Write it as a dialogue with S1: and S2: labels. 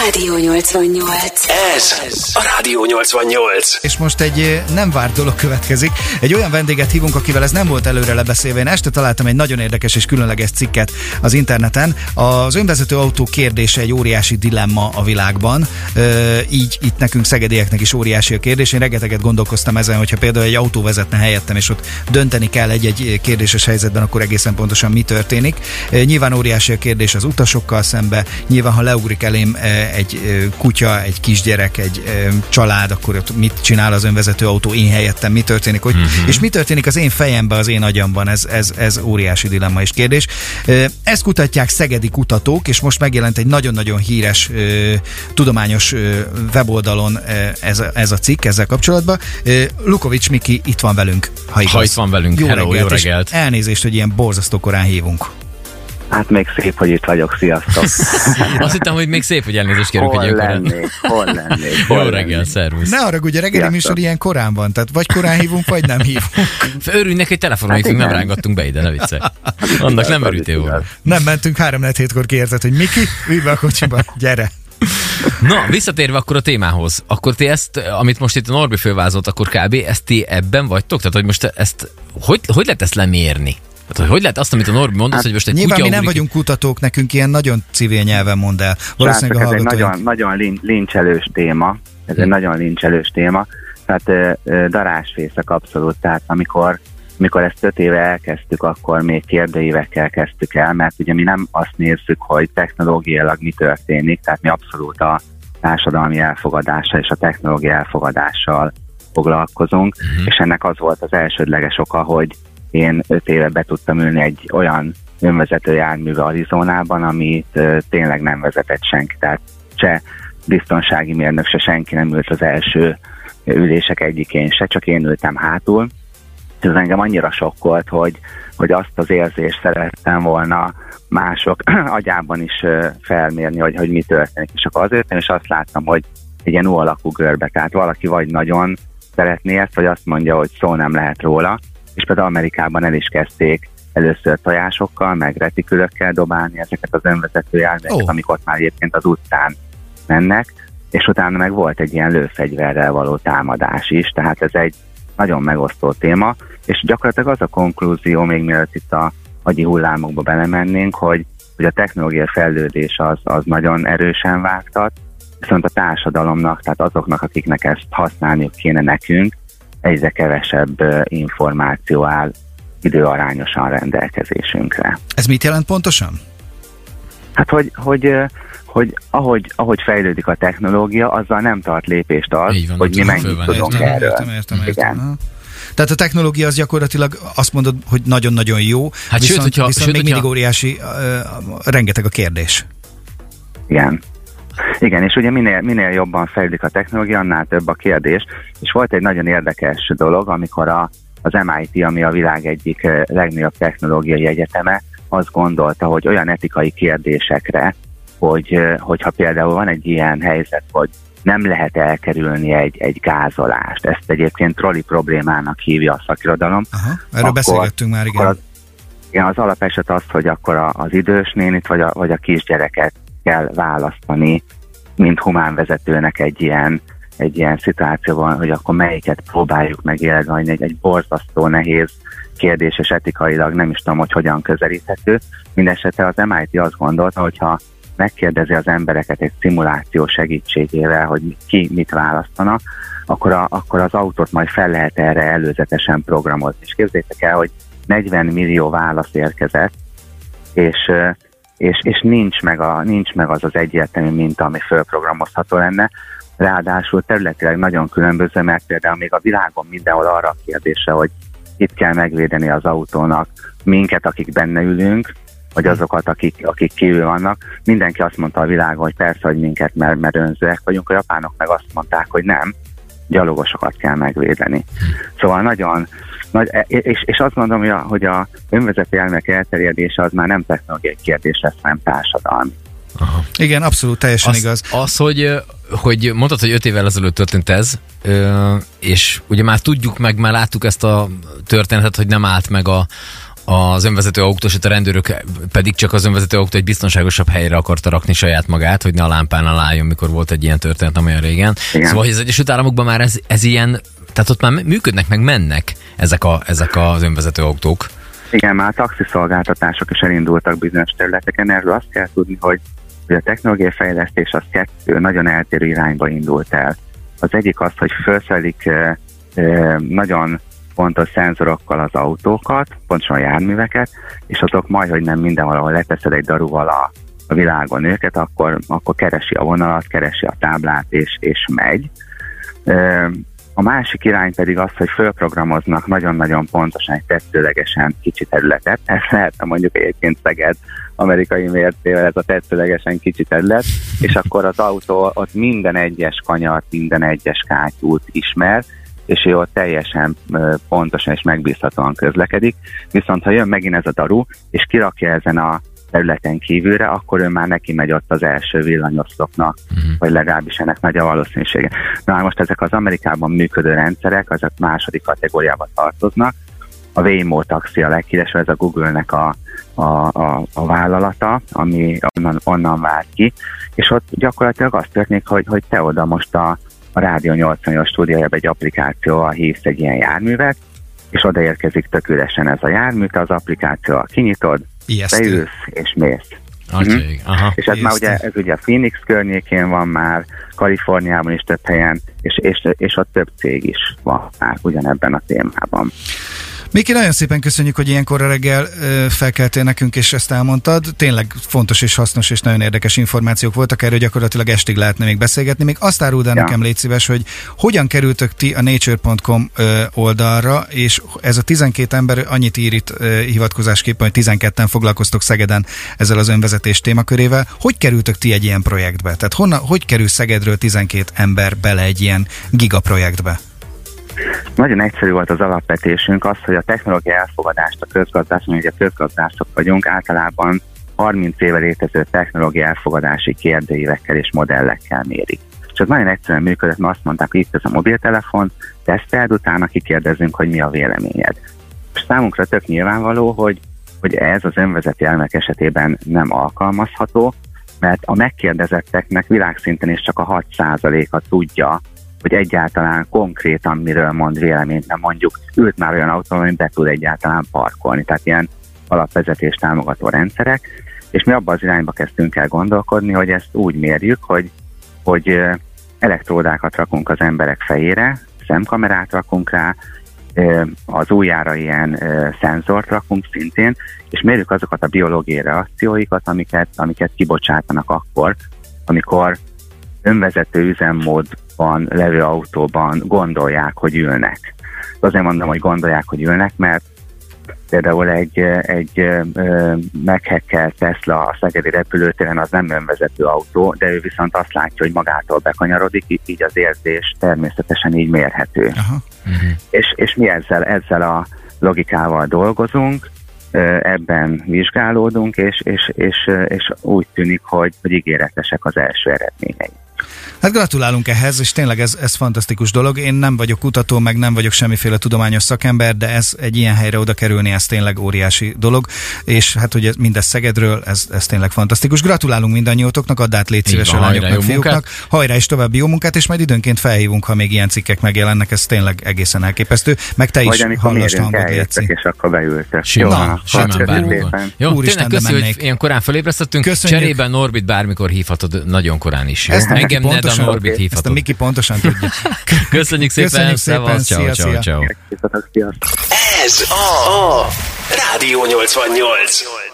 S1: Rádió 88.
S2: Ez a Rádió 88.
S3: És most egy nem várt dolog következik. Egy olyan vendéget hívunk, akivel ez nem volt előre lebeszélve. Én este találtam egy nagyon érdekes és különleges cikket az interneten. Az önvezető autó kérdése egy óriási dilemma a világban. Így itt nekünk szegedieknek is óriási a kérdés. Én rengeteget gondolkoztam ezen, hogyha például egy autó vezetne helyettem, és ott dönteni kell egy kérdéses helyzetben, akkor egészen pontosan mi történik. Nyilván óriási a kérdés az utasokkal szembe. Nyilván, ha leugrik elém egy kutya, egy kisgyerek, egy család, akkor ott mit csinál az önvezető autó én helyettem, mi történik, hogy, és mi történik az én fejemben, az én agyamban, ez óriási dilemma és kérdés. Ezt kutatják szegedi kutatók, és most megjelent egy nagyon-nagyon híres tudományos weboldalon ez a cikk ezzel kapcsolatban. Lukovics Miki itt van velünk, ha igaz.
S4: Ha itt van velünk,
S3: Jó
S4: hello,
S3: reggelt,
S4: jó reggelt.
S3: Elnézést, hogy ilyen borzasztó korán hívunk.
S5: Hát még szép, hogy itt vagyok, sziasztok.
S4: Azt hittem, hogy még szép, hogy elnézést kérünk, hogy
S5: Hol lennék?
S4: Jó reggel, szervusz.
S3: Ne haragudj, a reggeli műsor ilyen korán van, tehát vagy korán hívunk, vagy nem hívunk.
S4: Örülj neki, hogy telefonon hívunk, nem rángattunk be ide, ne viccelj. Annak nem örültél volna.
S3: Nem mentünk 3-4-7-kor kiérted, hogy Miki, ülj be a kocsiba, gyere.
S4: Na, visszatérve akkor a témához, akkor ti ezt, amit most itt a Norbi fölvázolt, akkor kb. Ezt ti ebben vagytok? Tehát, hogy most ezt, hogy lehet ezt lemérni? Tehát, hogy lehet azt, amit a Norbi mondott, hogy most egy
S3: nyilván
S4: kutya
S3: mi nem vagyunk kutatók, nekünk ilyen nagyon civil nyelven mond el. Valószínűleg
S5: ez egy nagyon lincselős téma. Ez egy nagyon lincselős téma. Tehát darásfészek abszolút. Tehát amikor ezt 5 éve elkezdtük, akkor még kérdőívekkel kezdtük el, mert ugye mi nem azt nézzük, hogy technológiailag mi történik, tehát mi abszolút a társadalmi elfogadással és a technológia elfogadással foglalkozunk, és ennek az volt az elsődleges oka, hogy én 5 éve be tudtam ülni egy olyan önvezető járműve Arizonában, amit tényleg nem vezetett senki. Tehát se biztonsági mérnök, se senki nem ült az első ülések egyikén se, csak én ültem hátul. Ez engem annyira sokkolt, hogy azt az érzést szerettem volna mások agyában is felmérni, hogy mi történik. És akkor azért és azt láttam, hogy egy ilyen U alakú görbe, tehát valaki vagy nagyon szeretné ezt, vagy azt mondja, hogy szó nem lehet róla. És például Amerikában el is kezdték először tojásokkal, meg retikülökkel dobálni ezeket az önvezető járműveket, amik ott már egyébként az utcán mennek, és utána meg volt egy ilyen lőfegyverrel való támadás is, tehát ez egy nagyon megosztó téma, és gyakorlatilag az a konklúzió, még mielőtt itt a agyi hullámokba belemennénk, hogy a technológia fejlődés az nagyon erősen vágtat, viszont a társadalomnak, tehát azoknak, akiknek ezt használniuk kéne nekünk, egyre kevesebb információ áll időarányosan rendelkezésünkre.
S3: Ez mit jelent pontosan?
S5: Hát, hogy ahogy fejlődik a technológia, azzal nem tart lépést az,
S4: van,
S5: hogy mi mennyit tudunk erről.
S3: Értem. Tehát a technológia az gyakorlatilag azt mondod, hogy nagyon-nagyon jó,
S4: hát
S3: viszont még mindig óriási, rengeteg a kérdés.
S5: Igen, és ugye minél jobban fejlődik a technológia, annál több a kérdés. És volt egy nagyon érdekes dolog, amikor az MIT, ami a világ egyik legnagyobb technológiai egyeteme, azt gondolta, hogy olyan etikai kérdésekre, hogyha például van egy ilyen helyzet, hogy nem lehet elkerülni egy gázolást. Ezt egyébként trolli problémának hívja a szakirodalom.
S3: Erről beszélgettünk már, igen.
S5: Az alapeset az, hogy akkor az idős nénit vagy a kisgyereket kell választani, mint humánvezetőnek egy ilyen szituációban, hogy akkor melyiket próbáljuk meg életben, egy borzasztó nehéz kérdés, és etikailag nem is tudom, hogy hogyan közelíthető. Mindenesetre az MIT azt gondolta, hogyha megkérdezi az embereket egy szimuláció segítségével, hogy ki mit választana, akkor az autót majd fel lehet erre előzetesen programozni. És képzeljétek el, hogy 40 millió válasz érkezett, és nincs meg az egyértelmű minta, ami fölprogramozható lenne. Ráadásul területileg nagyon különböző, mert például még a világon mindenhol arra a kérdése, hogy itt kell megvédeni az autónak minket, akik benne ülünk, vagy azokat, akik kívül vannak. Mindenki azt mondta a világon, hogy persze, hogy minket, mert önzőek vagyunk. A japánok meg azt mondták, hogy nem, gyalogosokat kell megvédeni. Szóval nagyon és azt mondom, hogy a önvezető járművek elterjedése az már nem technológiai kérdés lesz, hanem társadalmi.
S3: Aha. Igen, abszolút, teljesen igaz.
S4: Az, hogy mondtad, hogy 5 évvel ezelőtt történt ez, és ugye már tudjuk meg, már láttuk ezt a történetet, hogy nem állt meg az önvezető autós, a rendőrök pedig csak az önvezető autó egy biztonságosabb helyre akarta rakni saját magát, hogy ne a lámpánál álljon, mikor volt egy ilyen történet, nem olyan régen. Igen. Szóval, hogy az Egyesült Államokban már ez ilyen, tehát ott már működnek, meg mennek ezek az önvezető autók.
S5: Igen, már taxiszolgáltatások is elindultak bizonyos területeken, erről azt kell tudni, hogy a technológiai fejlesztés az kettő nagyon eltérő irányba indult el. Az egyik az, hogy felszelik nagyon pontos szenzorokkal az autókat, pontosan a járműveket, és azok majd, hogy nem mindenvalahol leteszed egy daruval a világon őket, akkor keresi a vonalat, keresi a táblát, és megy. A másik irány pedig az, hogy fölprogramoznak nagyon-nagyon pontosan egy tetszőlegesen kicsi területet. Ez lehetne mondjuk egyébként Szeged amerikai mértével, ez a tetszőlegesen kicsi terület, és akkor az autó ott minden egyes kanyart, minden egyes kátyút ismer, és ő ott teljesen pontosan és megbízhatóan közlekedik. Viszont ha jön megint ez a daru, és kirakja ezen a területen kívülre, akkor ő már neki megy ott az első villanyoszlopnak, vagy legalábbis ennek nagy a valószínűsége. Na most ezek az Amerikában működő rendszerek, azok második kategóriába tartoznak. A Waymo taxi a leghíresebb, ez a Google-nek a vállalata, ami onnan vált ki, és ott gyakorlatilag az történik, hogy te oda most a Rádió 88 stúdiójába egy applikációval hívsz egy ilyen járművet, és odaérkezik tök üresen ez a jármű, te az applikációval kinyitod, beülsz és mész.
S4: Aha,
S5: és ez már ugye, ez ugye a Phoenix környékén van már, Kaliforniában is több helyen, és ott több cég is van már ugyanebben a témában.
S3: Miki, nagyon szépen köszönjük, hogy ilyenkorra reggel felkeltél nekünk, és ezt elmondtad. Tényleg fontos és hasznos és nagyon érdekes információk voltak, erről gyakorlatilag estig lehetne még beszélgetni. Még azt áruld el nekem, légy szíves, hogy hogyan kerültök ti a nature.com oldalra, és ez a 12 ember annyit ír itt hivatkozásképpen, hogy 12-en foglalkoztok Szegeden ezzel az önvezetés témakörével. Hogy kerültök ti egy ilyen projektbe? Tehát hogy kerül Szegedről 12 ember bele egy ilyen gigaprojektbe?
S5: Nagyon egyszerű volt az alapvetésünk az, hogy a technológia elfogadást a közgazdászok, ugye közgazdászok vagyunk, általában 30 éve létező technológia elfogadási kérdőívekkel és modellekkel mérik. És ez nagyon egyszerűen működött, mert azt mondták, hogy itt ez a mobiltelefon, teszteld, utána kikérdezünk, hogy mi a véleményed. És számunkra tök nyilvánvaló, hogy ez az önvezető elmek esetében nem alkalmazható, mert a megkérdezetteknek világszinten is csak a 6%-a tudja, hogy egyáltalán konkrétan miről mond véleményt, nem mondjuk ült már olyan autón, hogy be tud egyáltalán parkolni. Tehát ilyen alapvezetés támogató rendszerek, és mi abban az irányba kezdtünk el gondolkodni, hogy ezt úgy mérjük, hogy elektródákat rakunk az emberek fejére, szemkamerát rakunk rá, az ujjára ilyen szenzort rakunk szintén, és mérjük azokat a biológiai reakcióikat, amiket kibocsátanak akkor, amikor önvezető üzemmódban levő autóban gondolják, hogy ülnek. Azért mondom, hogy gondolják, hogy ülnek, mert például egy meghekkelt Tesla a szegedi repülőtéren az nem önvezető autó, de ő viszont azt látja, hogy magától bekanyarodik, így az érzés természetesen így mérhető. És mi ezzel a logikával dolgozunk, ebben vizsgálódunk, és úgy tűnik, hogy ígéretesek az első eredményei.
S3: Hát gratulálunk ehhez, és tényleg ez fantasztikus dolog. Én nem vagyok kutató, meg nem vagyok semmiféle tudományos szakember, de ez egy ilyen helyre oda kerülni, ez tényleg óriási dolog, és hát, hogy mindez Szegedről, ez tényleg fantasztikus. Gratulálunk mindannyiótoknak, add át légy szíves a lányoknak, fiúknak. Hajrá és további jó munkát, és majd időnként felhívunk, ha még ilyen cikkek megjelennek, ez tényleg egészen elképesztő. Meg te is hallasd hangot, Léci.
S5: És akkor beültek.
S4: Simán bármikor. Jó,
S3: úristen,
S4: tényleg köszi, hogy ilyen korán felébresztettünk. Cserében Norbit bármikor hívhatod nagyon korán is. Engem ne, de a Norbit hívhatod.
S3: Ezt a Miki pontosan tudja.
S4: Köszönjük szépen, szevasz, ciao.
S2: Ez a Rádió 88.